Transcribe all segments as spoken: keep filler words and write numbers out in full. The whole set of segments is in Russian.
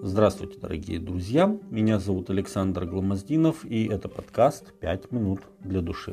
Здравствуйте, дорогие друзья! Меня зовут Александр Гломоздинов, и это подкаст «пять минут для души».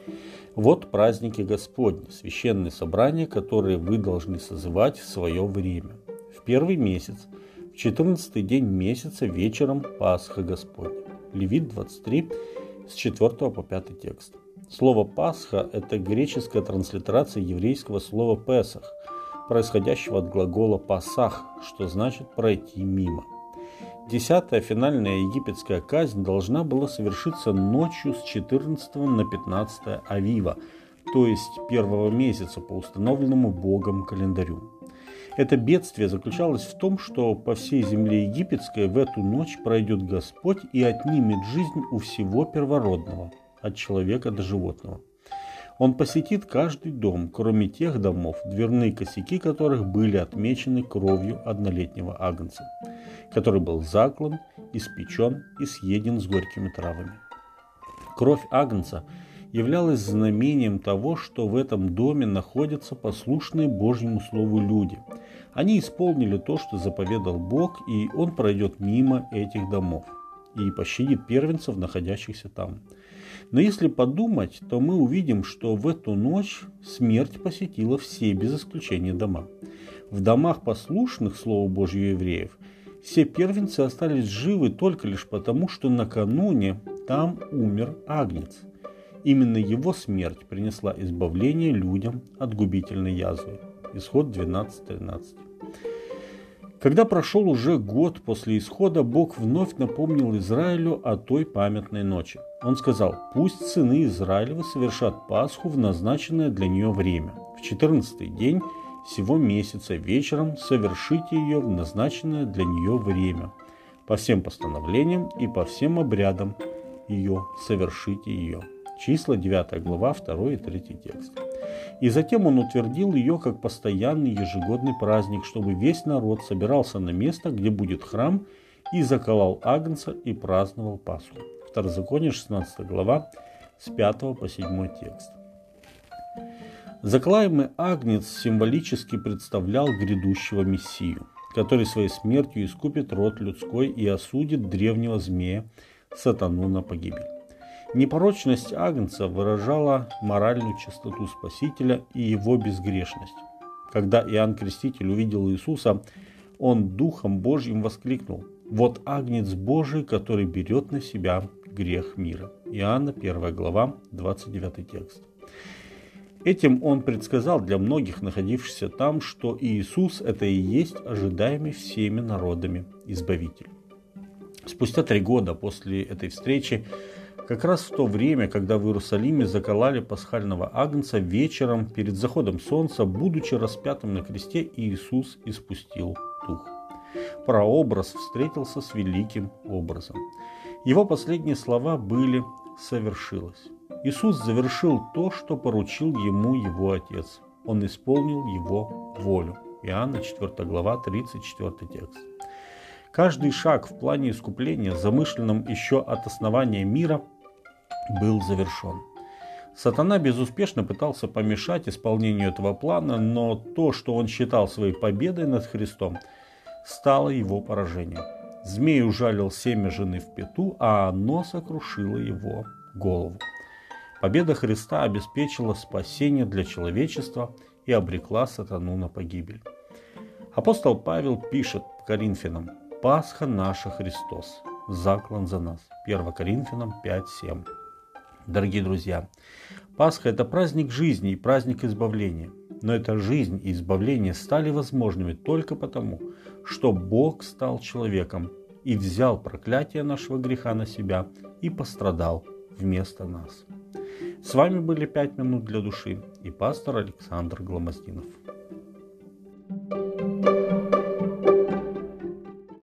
Вот праздники Господни, священные собрания, которые вы должны созывать в свое время. В первый месяц, в четырнадцатый день месяца, вечером Пасха Господня. Левит двадцать три, с четвёртого по пятый текст. Слово «Пасха» – это греческая транслитерация еврейского слова «Песах», происходящего от глагола «пасах», что значит «пройти мимо». Десятая финальная египетская казнь должна была совершиться ночью с четырнадцатого на пятнадцатое Авива, то есть первого месяца по установленному Богом календарю. Это бедствие заключалось в том, что по всей земле египетской в эту ночь пройдет Господь и отнимет жизнь у всего первородного, от человека до животного. Он посетит каждый дом, кроме тех домов, дверные косяки которых были отмечены кровью однолетнего агнца, который был заклан, испечен и съеден с горькими травами. Кровь агнца являлась знамением того, что в этом доме находятся послушные Божьему Слову люди. Они исполнили то, что заповедал Бог, и Он пройдет мимо этих домов и пощадит первенцев, находящихся там. Но если подумать, то мы увидим, что в эту ночь смерть посетила все без исключения дома. В домах послушных Слову Божью евреев все первенцы остались живы только лишь потому, что накануне там умер агнец. Именно его смерть принесла избавление людям от губительной язвы. Исход двенадцать тринадцать. Когда прошел уже год после исхода, Бог вновь напомнил Израилю о той памятной ночи. Он сказал: «Пусть сыны Израилевы совершат Пасху в назначенное для нее время. В четырнадцатый день сего месяца вечером совершите ее в назначенное для нее время. По всем постановлениям и по всем обрядам ее совершите ее». Числа девятая глава, второй и третий текст. И затем он утвердил ее как постоянный ежегодный праздник, чтобы весь народ собирался на место, где будет храм, и заколол агнца и праздновал Пасху. Второзаконие, шестнадцатая глава, с пятого по седьмой текст. Заколаемый агнец символически представлял грядущего Мессию, который своей смертью искупит род людской и осудит древнего змея, сатану, на погибель. Непорочность агнца выражала моральную чистоту Спасителя и его безгрешность. Когда Иоанн Креститель увидел Иисуса, он Духом Божьим воскликнул: «Вот агнец Божий, который берет на себя грех мира». Иоанна первая глава, двадцать девятый текст. Этим он предсказал для многих находившихся там, что Иисус – это и есть ожидаемый всеми народами Избавитель. Спустя три года после этой встречи, как раз в то время, когда в Иерусалиме закололи пасхального агнца, вечером перед заходом солнца, будучи распятым на кресте, Иисус испустил дух. Прообраз встретился с великим образом. Его последние слова были «совершилось». Иисус завершил то, что поручил ему его Отец. Он исполнил его волю. Иоанна четвёртая глава, тридцать четвёртый текст. Каждый шаг в плане искупления, замышленном еще от основания мира, был завершен. Сатана безуспешно пытался помешать исполнению этого плана, но то, что он считал своей победой над Христом, стало его поражением. Змей ужалил семя жены в пету, а оно сокрушило его голову. Победа Христа обеспечила спасение для человечества и обрекла сатану на погибель. Апостол Павел пишет Коринфянам: «Пасха наша Христос, заклан за нас». первое Коринфянам пять семь. Дорогие друзья, Пасха – это праздник жизни и праздник избавления. Но эта жизнь и избавление стали возможными только потому, что Бог стал человеком и взял проклятие нашего греха на себя и пострадал вместо нас. С вами были «пять минут для души» и пастор Александр Гломоздинов.